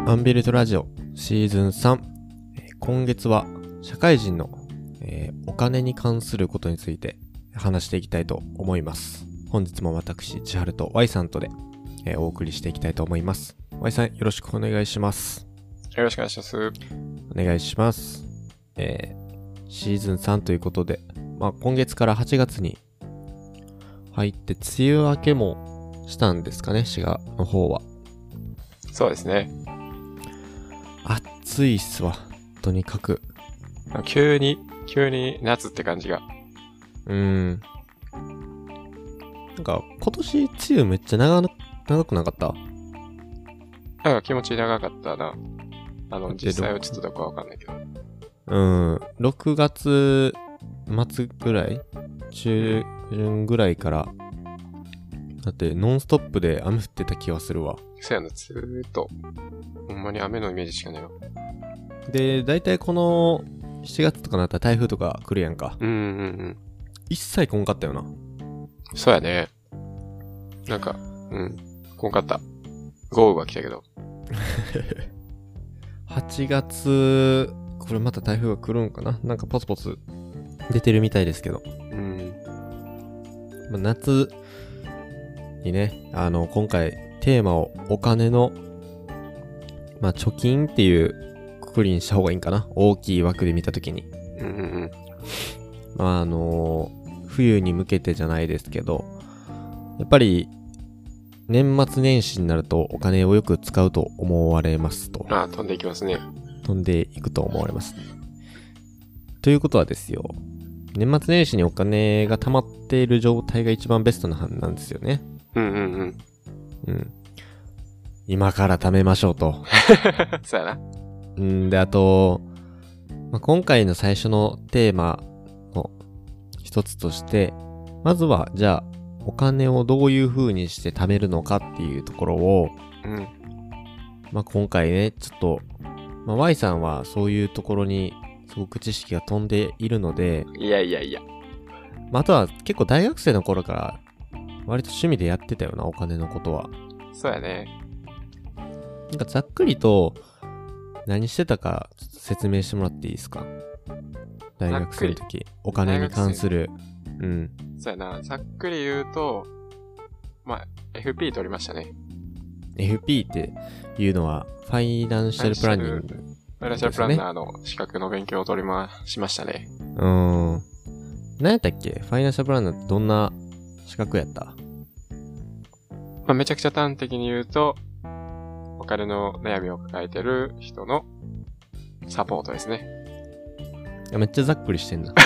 アンビルトラジオシーズン3、今月は社会人の、お金に関することについて話していきたいと思います。本日も私千春と Y さんとで、お送りしていきたいと思います。 Y さんよろしくお願いします。 よろしくお願いします。 お願いします。シーズン3ということで、今月から8月に入って梅雨明けもしたんですかね、滋賀の方は。 そうですね。 暑いっすわ、とにかく。 急に夏って感じが。 なんか今年梅雨めっちゃ長くなかった？ なんか気持ち長かったな。実際はちょっとどこかわかんないけど。 6月末ぐらい？中旬ぐらいから、だってノンストップで雨降ってた気がするわ。 そうやな、ずーっと。ほんまに雨のイメージしかないわ。 で、だいたいこの7月とかなったら台風とか来るやんか。一切来んかったよな。 そうやね。なんか、来んかった。豪雨が来たけど。 8月、これまた台風が来るんかな？なんかポツポツ出てるみたいですけど。夏にね、今回テーマをお金の、貯金っていうくくりにした方がいいんかな？大きい枠で見たときに。冬に向けてじゃないですけど、やっぱり年末年始になるとお金をよく使うと思われますと。 飛んでいきますね。 飛んでいくと思われます。ということはですよ、年末年始にお金が溜まっている状態が一番ベストなんですよね。今から貯めましょうと。 そうやな。 で、あと、今回の最初のテーマの一つとして、まずは、じゃあ、お金をどういう風にして貯めるのかっていうところを、今回ね、ちょっと、Y さんはそういうところにすごく知識が飛んでいるので、 いや。 あとは結構大学生の頃から割と趣味でやってたよな、お金のことは。 そうやね。 なんかざっくりと何してたかちょっと説明してもらっていいですか？大学生の時、お金に関する。 そうやな。ざっくり言うと、FP 取りましたね。 FP っていうのは、ファイナンシャルプランニング、 ファイナンシャルプランナーの資格の勉強をしましたね。 何やったっけ？ファイナンシャルプランナーってどんな資格やった？ めちゃくちゃ端的に言うと、お金の悩みを抱えてる人のサポートですね。 めっちゃざっくりしてんな。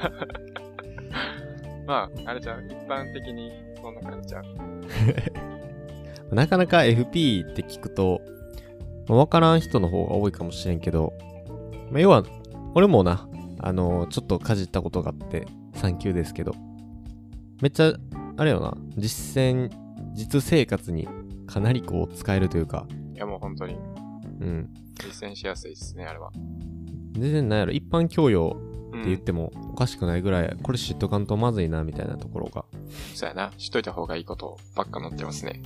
あれじゃん。一般的にそんな感じちゃう。 なかなか FP って聞くと、わからん人の方が多いかもしれんけど、要は、俺もな、ちょっとかじったことがあって、3級ですけど、めっちゃ、あれよな、実生活にかなりこう使えるというか。 いやもう本当に。実践しやすいですね、あれは。 全然なんやろ、一般教養って言ってもおかしくないぐらい、これ知っとかんとまずいな、みたいなところが。 そうやな。知っといた方がいいことばっか載ってますね。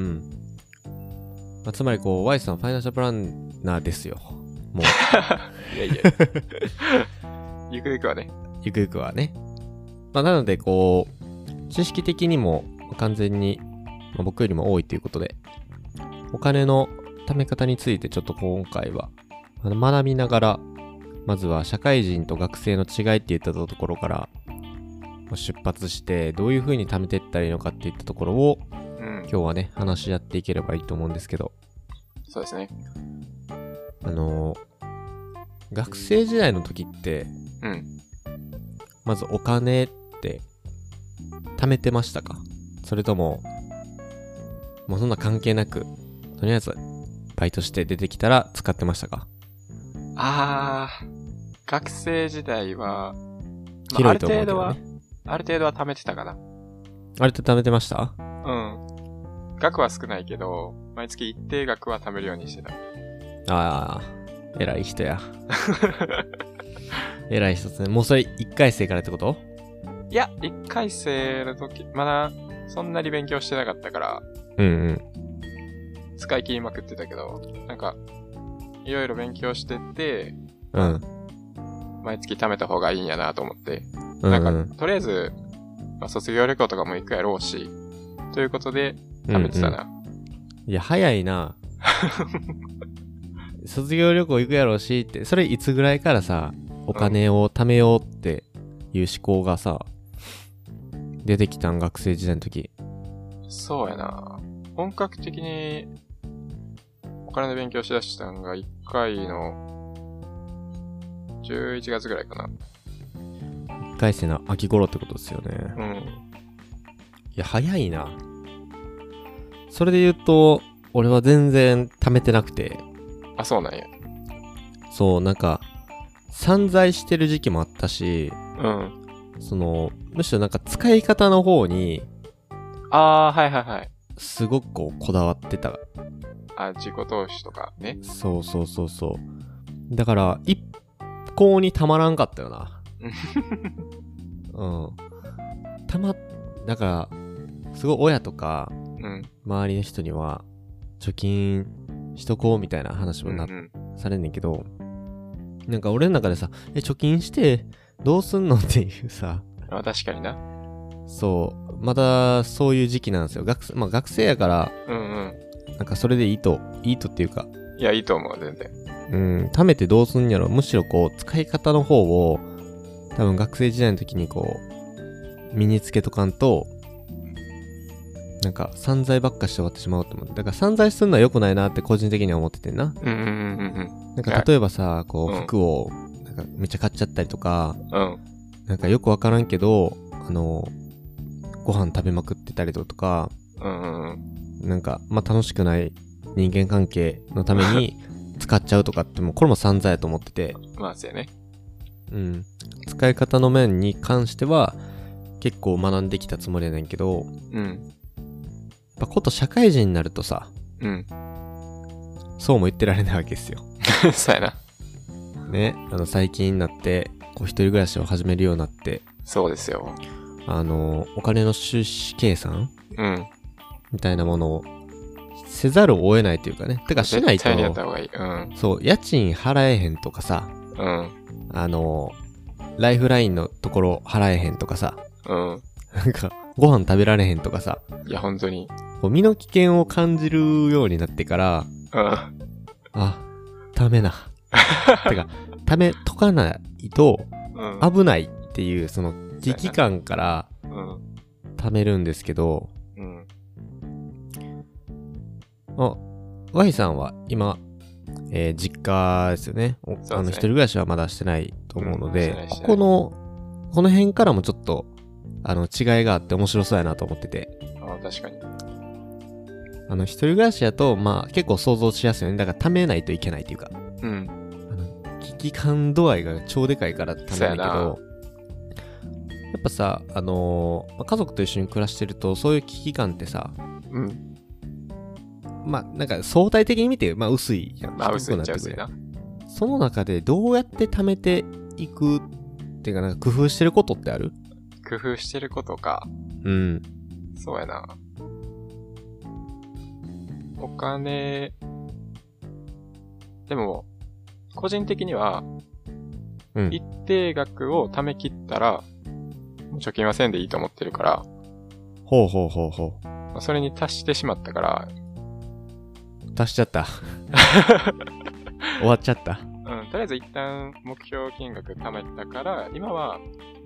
つまりこう、Y さんファイナンシャルプランナーですよ。もう。 いや。ゆくゆくはね。 ゆくゆくはね。なのでこう、知識的にも完全に、僕よりも多いということで、お金の貯め方についてちょっと今回は学びながら、まずは社会人と学生の違いって言ったところから出発して、どういう風に貯めていったらいいのかっていったところを、今日はね、話し合っていければいいと思うんですけど。 そうですね。 学生時代の時って、まずお金って貯めてましたか？それとも、もうそんな関係なく、とりあえずバイトして出てきたら使ってましたか？ 学生時代は、 広いと思うけどね。 ある程度は貯めてたかな。 あれって貯めてました？ 額は少ないけど、毎月一定額は貯めるようにしてた。 偉い人や。偉い人ですね。もうそれ1回生からってこと？ いや、1回生の時、まだそんなに勉強してなかったから、 使い切りまくってたけど、なんか、いろいろ勉強してって、 うん。 毎月貯めた方がいいんやなと思って、 うんうん、 なんか、とりあえず、まあ、卒業旅行とかも行くやろうし、ということで、貯めてたな。 うんうん、いや、早いな。卒業旅行行くやろうしって、それいつぐらいからさ、お金を貯めようっていう思考がさ、出てきたん、学生時代の時。 そうやな。本格的にお金の勉強しだしたんが1回の11月ぐらいかな。 1回生の秋頃ってことですよね。 うん。 いや、早いな。それで言うと、俺は全然貯めてなくて。 あ、そうなんや。 そう、なんか、散財してる時期もあったし、 うん。 むしろなんか使い方の方に、 あー、はいはいはい。 すごくこう、こだわってた。 あ、自己投資とかね。 そうそうそうそう。だから、一向にたまらんかったよな。うん。だから、すごい親とか、 うん。 周りの人には、貯金しとこうみたいな話もされんねんけど、なんか俺の中でさ、貯金してどうすんのっていうさ。 あ、確かにな。 そう。まだそういう時期なんですよ。学生やから、 うんうん。 なんかそれでいいとっていうか。 いや、いいと思う、全然。 貯めてどうすんやろ。むしろこう、使い方の方を、多分学生時代の時にこう、身につけとかんと、なんか散財ばっかして終わってしまうと思う。だから散財するのは良くないなって個人的には思っててんな。 うんうんうんうん。 なんか例えばさ、こう服をなんかめっちゃ買っちゃったりとか、 うん。 なんかよくわからんけど、ご飯食べまくってたりとか、 うんうんうん。 なんかまあ楽しくない人間関係のために使っちゃうとかってもこれも散財やと思ってて。 まあそうやね。 うん。使い方の面に関しては結構学んできたつもりやねんけど、 うん。 やっぱこと社会人になるとさ、 うん。 そうも言ってられないわけですよ。 そうやな。 ね、最近になって、こう一人暮らしを始めるようになって、 そうですよ。 お金の収支計算うん。 みたいなものをせざるを得ないというかね。てかしないと、 絶対にやった方がいい。うん。 そう、家賃払えへんとかさ、 うん。 ライフラインのところ払えへんとかさ、 うん。 なんか、ご飯食べられへんとかさ、 いや、本当に。 こう身の危険を感じるようになってから、 うん。 あ、ダメな。てか、貯めとかないと、危ないっていう、その危機感から、貯めるんですけど、 うん。 Y さんは今、実家ですよね。一人暮らしはまだしてないと思うので、この辺からもちょっと、違いがあって面白そうやなと思ってて。 ああ、確かに。 一人暮らしやと、まあ、結構想像しやすいよね。だから貯めないといけないっていうか。 うん。 危機感度合いが超でかいから貯めないけど、やっぱさ、家族と一緒に暮らしてると、そういう危機感ってさ、 うん。 まあ、なんか相対的に見て、まあ、薄いやん。 まあ、薄いっちゃ薄いな。 その中でどうやって貯めていくっていうか、なんか工夫してることってある？ 工夫してることか。 うん。 そうやな。お金、でも、個人的には、一定額を貯め切ったら、貯金はせんでいいと思ってるから。 ほうほうほうほう。それに達してしまったから。 達しちゃった。終わっちゃった。 うん、とりあえず一旦目標金額貯めたから、今は、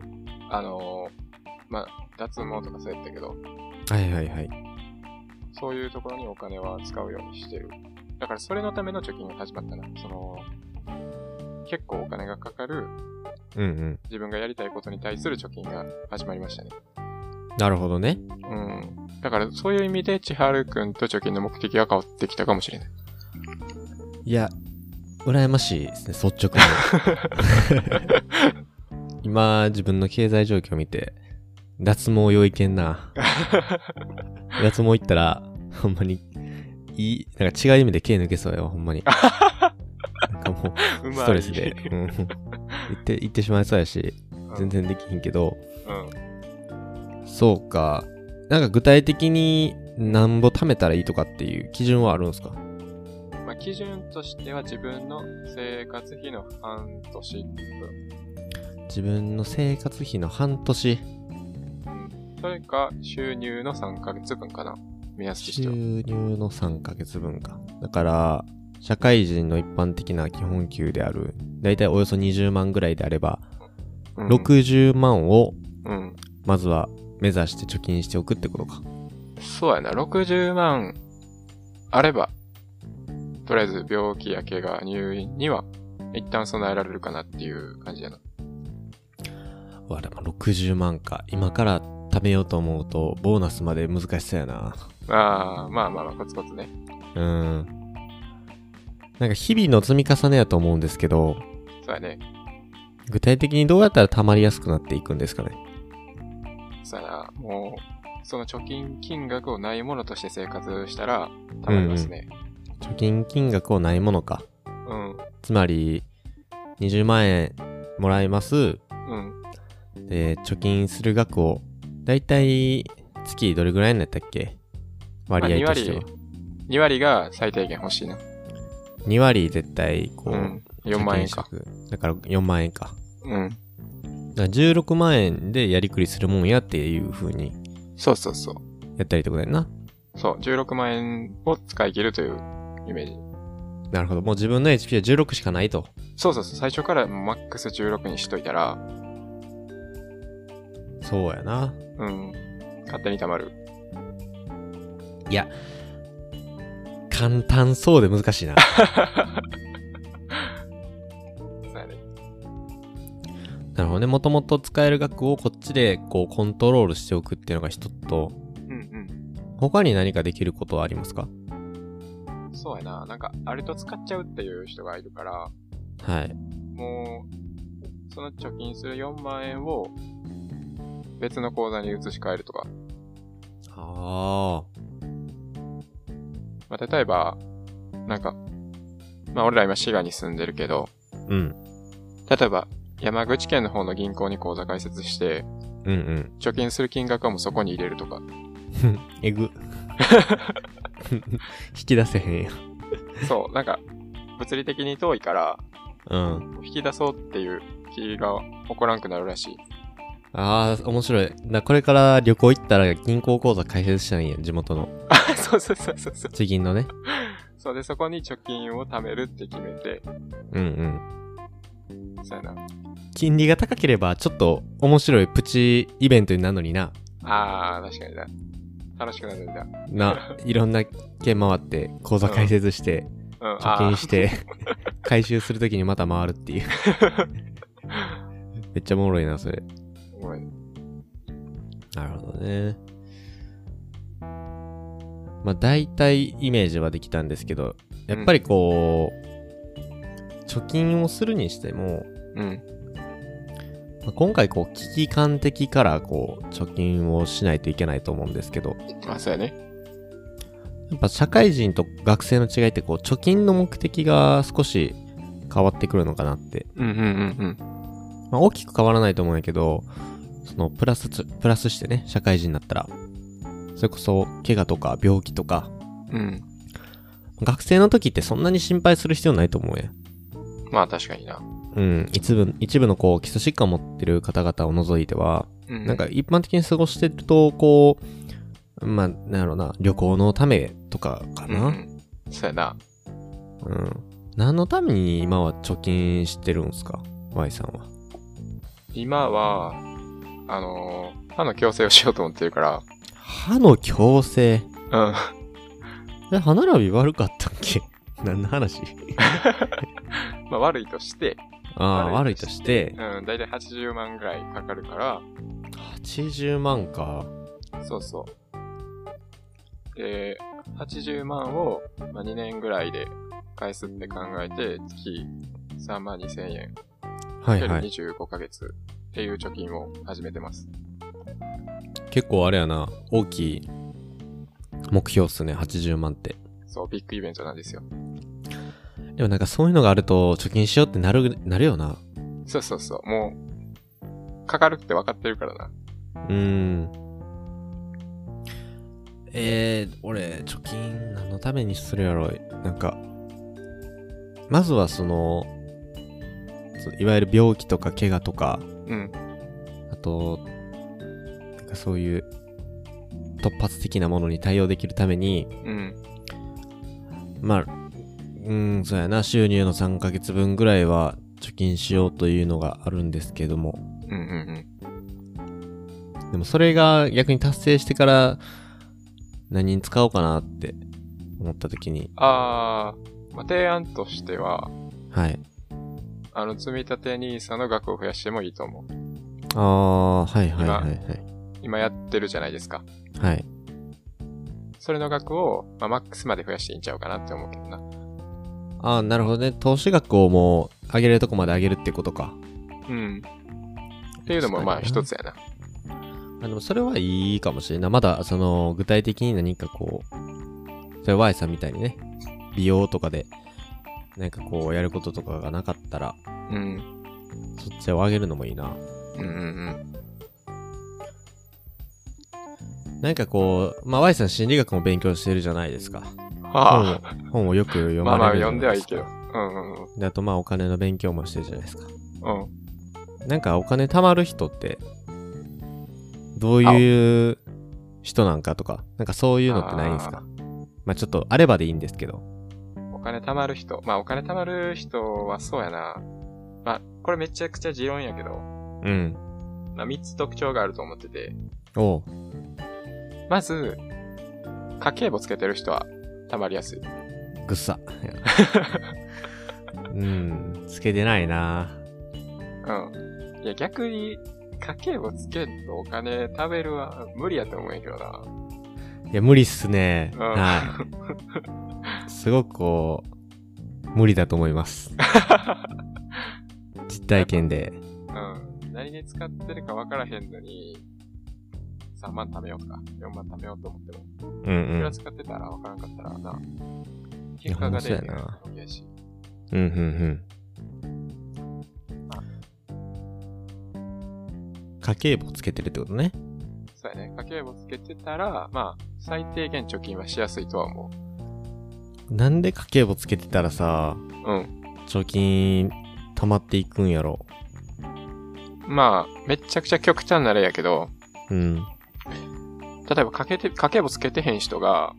まあ、脱毛とかそうやったけど。 はいはいはい。 そういうところにお金は使うようにしてる。だからそれのための貯金が始まったな。結構お金がかかる、自分がやりたいことに対する貯金が始まりましたね。 なるほどね。 うん。だからそういう意味で千春くんと貯金の目的が変わってきたかもしれない。 いや、羨ましいですね、率直に。今、自分の経済状況を見て、脱毛よいけんな。脱毛行ったら、ほんまに、なんか違う意味で毛抜けそうよ、ほんまに。なんかもう、ストレスで、行ってしまいそうやし、全然できひんけど、そうか。なんか具体的になんぼ貯めたらいいとかっていう基準はあるんですか？ まあ、基準としては自分の生活費の半年分。 自分の生活費の半年。 それか収入の3ヶ月分かな。目安としては。 収入の3ヶ月分か。だから、社会人の一般的な基本給である、だいたいおよそ20万ぐらいであれば、60万を、まずは目指して貯金しておくってことか。 そうやな、60万あれば、とりあえず病気や怪我、入院には一旦備えられるかなっていう感じやな。 わ、でも60万か。今から貯めようと思うと、ボーナスまで難しそうやな。 ああ、まあ、コツコツね。 なんか日々の積み重ねやと思うんですけど、 そうやね。 具体的にどうやったら貯まりやすくなっていくんですかね。 そうやな、もう、その貯金金額をないものとして生活したら、貯まりますね。 貯金金額をないものか。つまり、20万円もらえます。で、貯金する額を、だいたい月どれぐらいになったっけ？割合としては。 2割が最低限欲しいな。 2割絶対、こう、 4万円か。 だから4万円か。だから16万円でやりくりするもんやっていう風に。 そう。 やったりってことやんな。 そう、16万円を使い切るというイメージ。 なるほど。もう自分の HP は16しかないと。 そう。最初からマックス16にしといたら。 そうやな。 勝手に貯まる。 いや、簡単そうで難しいな。なるほどね。もともと使える額をこっちでこうコントロールしておくっていうのが一つと、他に何かできることはありますか？ そうやな。なんか、あれと使っちゃうっていう人がいるから、 はい。 もう、その貯金する4万円を別の口座に移し替えるとか。まあ、例えば、なんか、まあ俺ら今滋賀に住んでるけど、例えば、山口県の方の銀行に口座開設して、貯金する金額はもうそこに入れるとか。 えぐ。引き出せへんや。 そう、なんか、物理的に遠いから、引き出そうっていう気が起こらんくなるらしい。 面白い。これから旅行行ったら銀行口座開設したんや、地元の。 そう。 地銀のね。 そうで、そこに貯金を貯めるって決めて。そうやな。 金利が高ければ、ちょっと面白いプチイベントになるのにな。 確かにな。楽しくなるんだ。 いろんな県回って、口座開設して、貯金して、回収するときにまた回るっていう。めっちゃおもろいな、それ。なるほどね。まあ大体イメージはできたんですけど、やっぱりこう、貯金をするにしても、今回こう危機感的からこう貯金をしないといけないと思うんですけど、 そうやね。 やっぱ社会人と学生の違いってこう貯金の目的が少し変わってくるのかなって。大きく変わらないと思うんやけど、そのプラスしてね、社会人になったら、それこそ怪我とか病気とか、学生の時ってそんなに心配する必要ないと思うや。 まあ確かにな。 一部のこう基礎疾患を持ってる方々を除いては、なんか一般的に過ごしてると、こう、まあ、なんやろな、旅行のためとかかな。 そうやな。 何のために今は貯金してるんすか？ Y さんは。 今は、歯の矯正をしようと思ってるから。 歯の矯正？歯並び悪かったっけ？何の話？ まあ悪いとして。 悪いとして。 だいたい80万ぐらいかかるから。 80万か。 そう。で、80万を、2年ぐらいで返すって考えて、月3万2千円。25ヶ月っていう貯金を始めてます。 結構あれやな、大きい目標っすね、80万って。 そう、ビッグイベントなんですよ。 でもなんかそういうのがあると貯金しようってなるよな。 そう。もう、かかるって分かってるからな。 俺、貯金何のためにするやろ。なんか、まずはいわゆる病気とか怪我とか、 うん。 あと、なんかそういう突発的なものに対応できるために、 うん。 まあ、そうやな、収入の3ヶ月分ぐらいは貯金しようというのがあるんですけども。 うんうんでもそれが逆に達成してから何に使おうかなって思った時に。 まあ、提案としては、 はい。 積み立て NISA の額を増やしてもいいと思う。 はいはいはいはい。 今やってるじゃないですか。 はい。 それの額を、マックスまで増やしていいんちゃうかなって思うけどな。 なるほどね。投資額をもう上げれるとこまで上げるってことか。 うん。っていうのも一つやな。 でもそれはいいかもしれんない。まだ具体的に何かこう、それ Y さんみたいにね、美容とかでなんかこうやることとかがなかったら、 うん。 そっちを上げるのもいいな。 うんうんうん。 なんかこう、Y さん心理学も勉強してるじゃないですか。本をよく読まれるじゃないですか。 読んではいいけど。うんうん。 で、あとお金の勉強もしてるじゃないですか。 うん。 なんかお金貯まる人って、どういう人なんかとか、なんかそういうのってないんですか？ちょっとあればでいいんですけど。 お金貯まる人。お金貯まる人はそうやな。これめちゃくちゃ持論やけど。 うん。 3つ特徴があると思ってて。 おう。 まず、家計簿つけてる人は貯まりやすい。 ぐっさ。つけてないな。 うん。いや、逆に、家計簿つけんとお金食べるは無理やと思うんやけどな。 いや、無理っすね。 うん、 はい。すごくこう、無理だと思います。実体験で。 うん。何に使ってるか分からへんのに、3万貯めようとか、4万貯めようと思っても。いくら使ってたら分からんかったらな。結果が出るわけやし。 家計簿つけてるってことね。 そうやね。家計簿つけてたら、最低限貯金はしやすいとは思う。なんで家計簿つけてたらさ、貯金溜まっていくんやろ。 めっちゃくちゃ極端な例やけど、例えば家計簿つけてへん人が、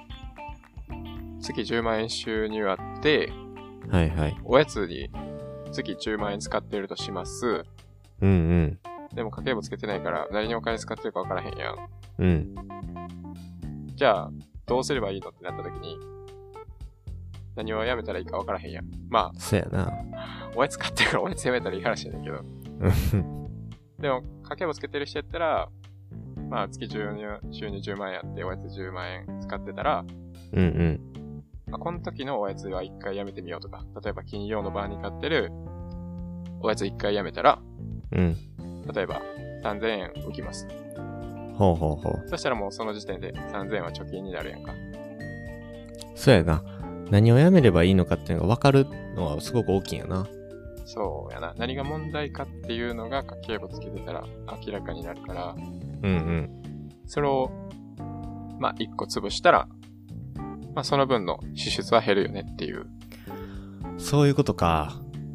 月10万円収入あって、 はいはい。 おやつに月10万円使ってるとします。でも家計簿つけてないから何にお金使ってるか分からへんやん。じゃあ、どうすればいいのってなった時に、何をやめたらいいか分からへんやん。 そうやな。 おやつ買ってるからおやつやめたらいい話やねんけど。でも、家計簿つけてる人やったら、月収入10万円あっておやつ10万円使ってたら、この時のおやつは1回やめてみようとか、例えば金曜の晩に買ってるおやつ1回やめたら、例えば3000円浮きます。そしたらもうその時点で3000円は貯金になるやんか。 そうやな。何をやめればいいのかっていうのが分かるのはすごく大きいんやな。 そうやな。何が問題かっていうのが家計簿つけてたら明らかになるから、それを1個潰したら、その分の支出は減るよねっていう。そういうことか。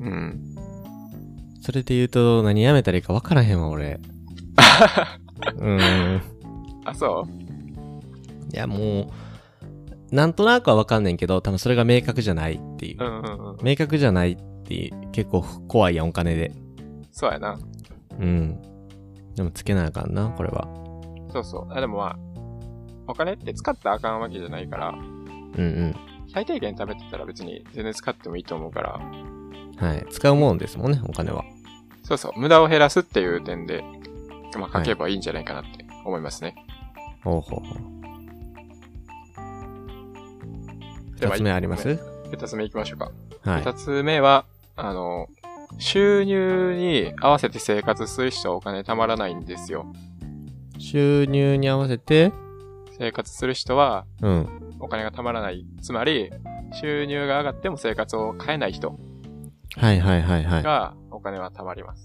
それで言うと何やめたらいいか分からへんわ、俺。 そう？ いや、もう、なんとなくは分かんねんけど、多分それが明確じゃないっていう。明確じゃないって結構怖いやん、お金で。 そうやな。 でもつけなあかんな、これは。 そうそう。でもお金って使ったらあかんわけじゃないから、最低限貯めてたら別に全然使ってもいいと思うから。 はい。使うもんですもんね、お金は。 そうそう。無駄を減らすっていう点で、書けばいいんじゃないかなって思いますね。 2つ目あります？ 2つ目いきましょうか。 はい。 2つ目は、収入に合わせて生活する人はお金貯まらないんですよ。 収入に合わせて生活する人は、お金が貯まらない。つまり、収入が上がっても生活を変えない人。が、お金は貯まります。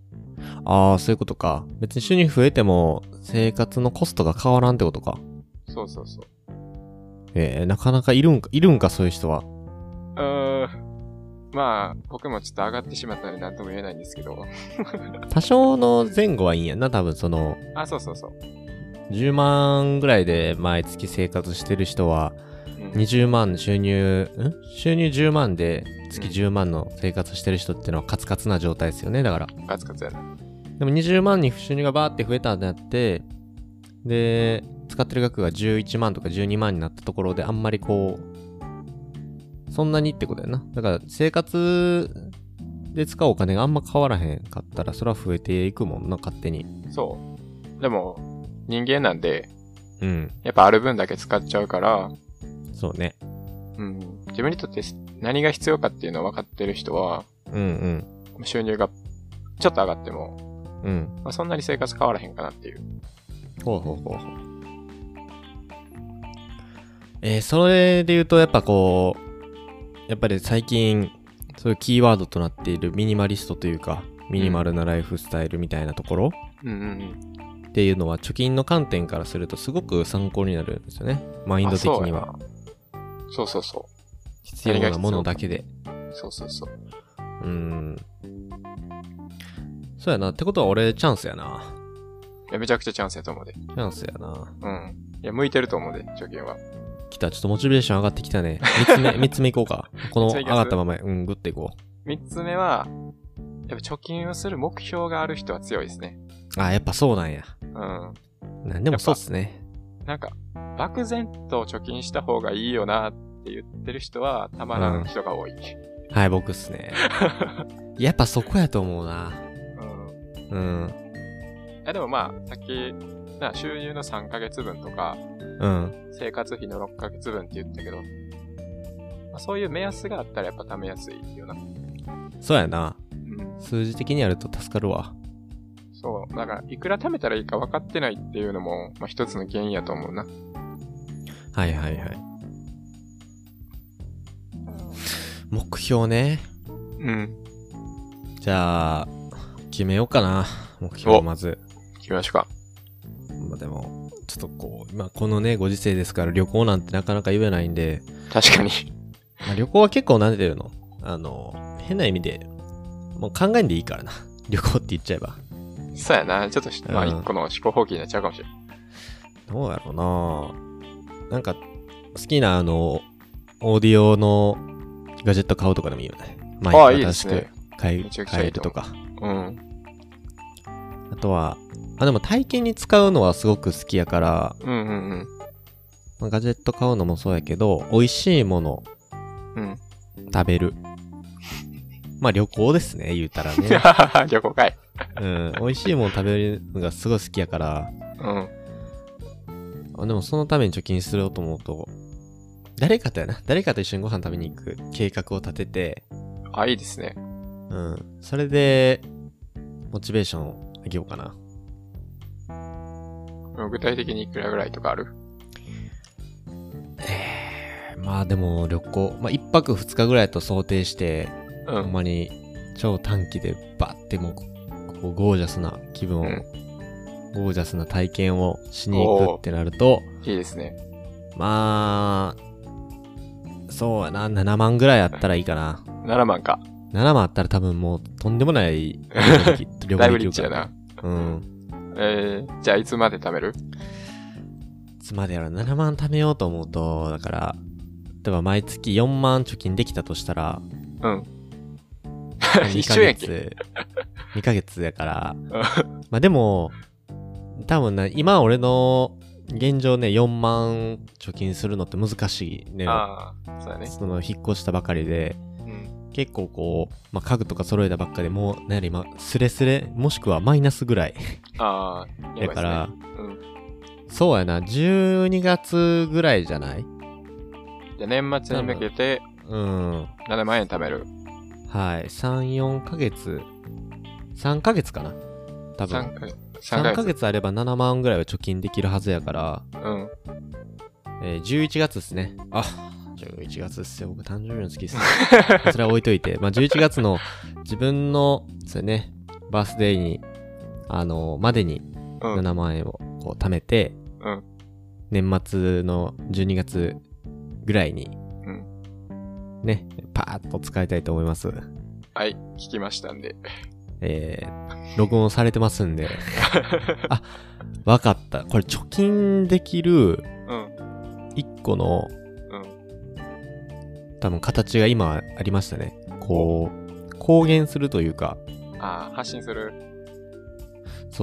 そういうことか。別に収入増えても、生活のコストが変わらんってことか。 そうそうそう。 なかなかいるんか、そういう人は。 まあ、僕もちょっと上がってしまったので何とも言えないんですけど。 多少の前後はいいんやな、多分そうそうそう。 10万ぐらいで毎月生活してる人は、20万収入10万で月10万の生活してる人ってのはカツカツな状態ですよね、だから。 カツカツやな。 でも20万に収入がバーって増えたってなって、で、使ってる額が11万とか12万になったところであんまりこう、そんなにってことやな。だから生活で使うお金があんま変わらへんかったらそれは増えていくもんな、勝手に。 そう。でも、人間なんで、やっぱある分だけ使っちゃうから、 そうね。 自分にとって何が必要かっていうのを分かってる人は、収入がちょっと上がっても、まあ、そんなに生活変わらへんかなっていう。 ほう。それで言うとやっぱこう、やっぱり最近そういうキーワードとなっているミニマリストというか、ミニマルなライフスタイルみたいなところ、っていうのは貯金の観点からするとすごく参考になるんですよね。マインド的には。 そう。 必要なものだけで。 そう。 そうやな。ってことは俺チャンスやな。 いや、めちゃくちゃチャンスやと思うで。 チャンスやな。 いや、向いてると思うで、貯金は。 来た。ちょっとモチベーション上がってきたね。3つ目いこうか。この上がったまま、グッていこう。3つ目は、やっぱ貯金をする目標がある人は強いですね。 やっぱそうなんや。なんでもそうっすね。 なんか、漠然と貯金した方がいいよなって言ってる人はたまらん人が多い。 はい、僕っすね。やっぱそこやと思うな。 でもまあ、さっき、収入の3ヶ月分とか、生活費の6ヶ月分って言ったけど、そういう目安があったらやっぱ貯めやすいよな。 そうやな。数字的にやると助かるわ。 そう。だから、いくら貯めたらいいか分かってないっていうのも、一つの原因やと思うな。 はい。目標ね。じゃあ、決めようかな。目標をまず。 決めましょうか。 でも、ちょっとこう、今このね、ご時世ですから旅行なんてなかなか言えないんで。 確かに。 旅行は結構慣れてるの。変な意味で、もう考えんでいいからな。旅行って言っちゃえば。 そうやな。ちょっと、一個の思考放棄になっちゃうかもしれない。 どうやろうな。なんか、好きなオーディオのガジェット買うとかでもいいよね。マイク新しく買えるとか。あとは、でも体験に使うのはすごく好きやから、ガジェット買うのもそうやけど、美味しいもの、食べる。旅行ですね、言うたらね。 旅行かい。 美味しいもの食べるのがすごい好きやから、でもそのために貯金すると思うと、誰かと一緒にご飯食べに行く計画を立てて、 いいですね。 それで、モチベーションを上げようかな。 具体的にいくらぐらいとかある？ でも旅行、1泊2日ぐらいと想定して、ほんまに超短期でバッてもう、こうゴージャスな気分を、ゴージャスな体験をしに行くってなると、 いいですね。 そうやな、7万ぐらいあったらいいかな。 7万か。 7万あったら多分もうとんでもない旅行できるからな。じゃあいつまで貯める？ いつまでやろう。7万貯めようと思うと、だから、例えば毎月4万貯金できたとしたら、 一緒やんけ。 2ヶ月やから、でも、多分な、今俺の現状ね、4万貯金するのって難しいね。 そうだね。 その引っ越したばかりで、結構こう、家具とか揃えたばっかでもう、今、スレスレ、もしくはマイナスぐらい。だから、そうやな、12月ぐらいじゃない？ じゃあ年末に向けて、7万円貯める。 はい、3、4ヶ月、3ヶ月かな多分。3ヶ月あれば7万ぐらいは貯金できるはずやから、11月ですね。11月ですよ。僕誕生日の月ですね。それは置いといて。11月の自分の、そうね、バースデーに、までに7万円をこう貯めて、 年末の12月ぐらいに、ね、パーッと使いたいと思います。 はい、聞きましたんで。 録音されてますんで。あ、わかった。これ貯金できる、1個の、多分形が今ありましたね。こう、公言するというか。 発信する。 そう。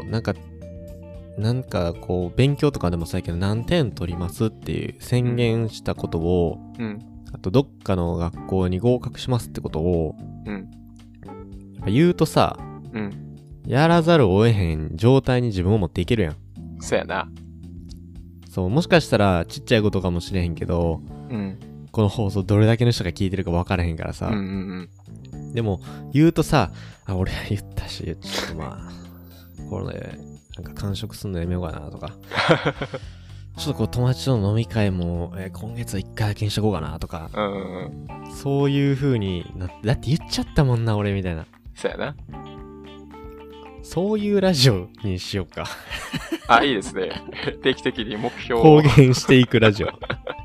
なんかこう、勉強とかでもそうやけど、何点取りますっていう宣言したことを、あとどっかの学校に合格しますってことを、やっぱ言うとさ、やらざるを得へん状態に自分を持っていけるやん。 そうやな。 そう、もしかしたらちっちゃいことかもしれへんけど、この放送どれだけの人が聞いてるか分からへんからさ。でも、言うとさ、俺言ったし、ちょっとまあ、これ、なんか完食すんのやめようかなとか。ちょっとこう友達との飲み会も、今月は1回だけにしとこうかなとか。そういう風になって、だって言っちゃったもんな、俺みたいな。 そうやな。そういうラジオにしようか。 いいですね。定期的に目標を。 公言していくラジオ。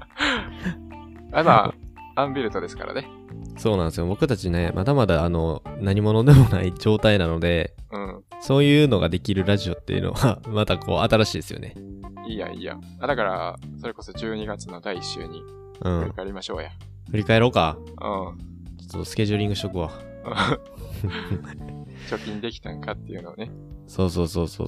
まあ、アンビルトですからね。 そうなんですよ。僕たちね、まだまだ何者でもない状態なので、そういうのができるラジオっていうのは、またこう、新しいですよね。 いいや。だから、それこそ12月の第1週に、振り返りましょうや。 振り返ろうか。ちょっとスケジューリングしとくわ。 貯金できたんかっていうのをね。 そう。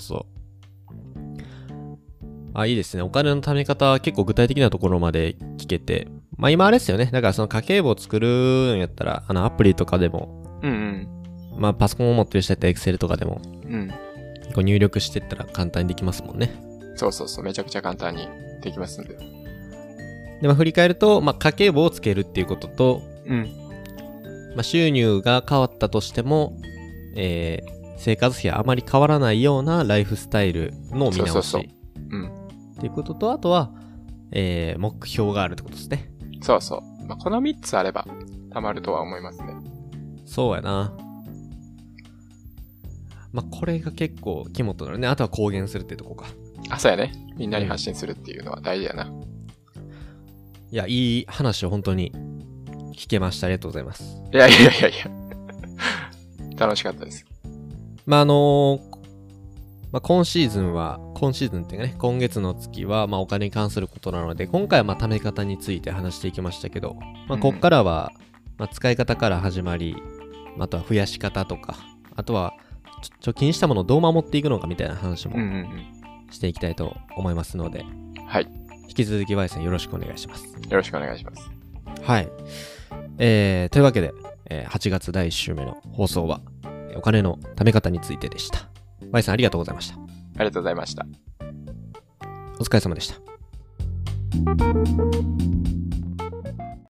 いいですね。お金の貯め方は結構具体的なところまで聞けて。まあ今あれですよね。だからその家計簿を作るんやったら、アプリとかでも、まあパソコンを持ってる人やったら Excel とかでも、こう入力してったら簡単にできますもんね。 そう。めちゃくちゃ簡単にできますんで。 で、まあ振り返ると、まあ家計簿をつけるっていうことと、まあ収入が変わったとしても、生活費はあまり変わらないようなライフスタイルの見直し。っていうことと、あとは、目標があるってことですね。 そう。まあ、この3つあれば、たまるとは思いますね。 そうやな。まあ、これが結構肝となるね。あとは公言するってとこか。 そうやね。みんなに発信するっていうのは大事やな。 いや、いい話を本当に聞けました。ありがとうございます。 いや。楽しかったです。 まあ、今シーズンっていうかね、今月の月は、まあお金に関することなので、今回はまあ貯め方について話していきましたけど、まあこっからは、まあ使い方から始まり、あとは増やし方とか、あとは貯金したものをどう守っていくのかみたいな話もしていきたいと思いますので、 はい。 引き続き Y さんよろしくお願いします。 よろしくお願いします。 はい。というわけで、8月第1週目の放送は、お金の貯め方についてでした。Y さんありがとうございました。 ありがとうございました。 お疲れ様でした。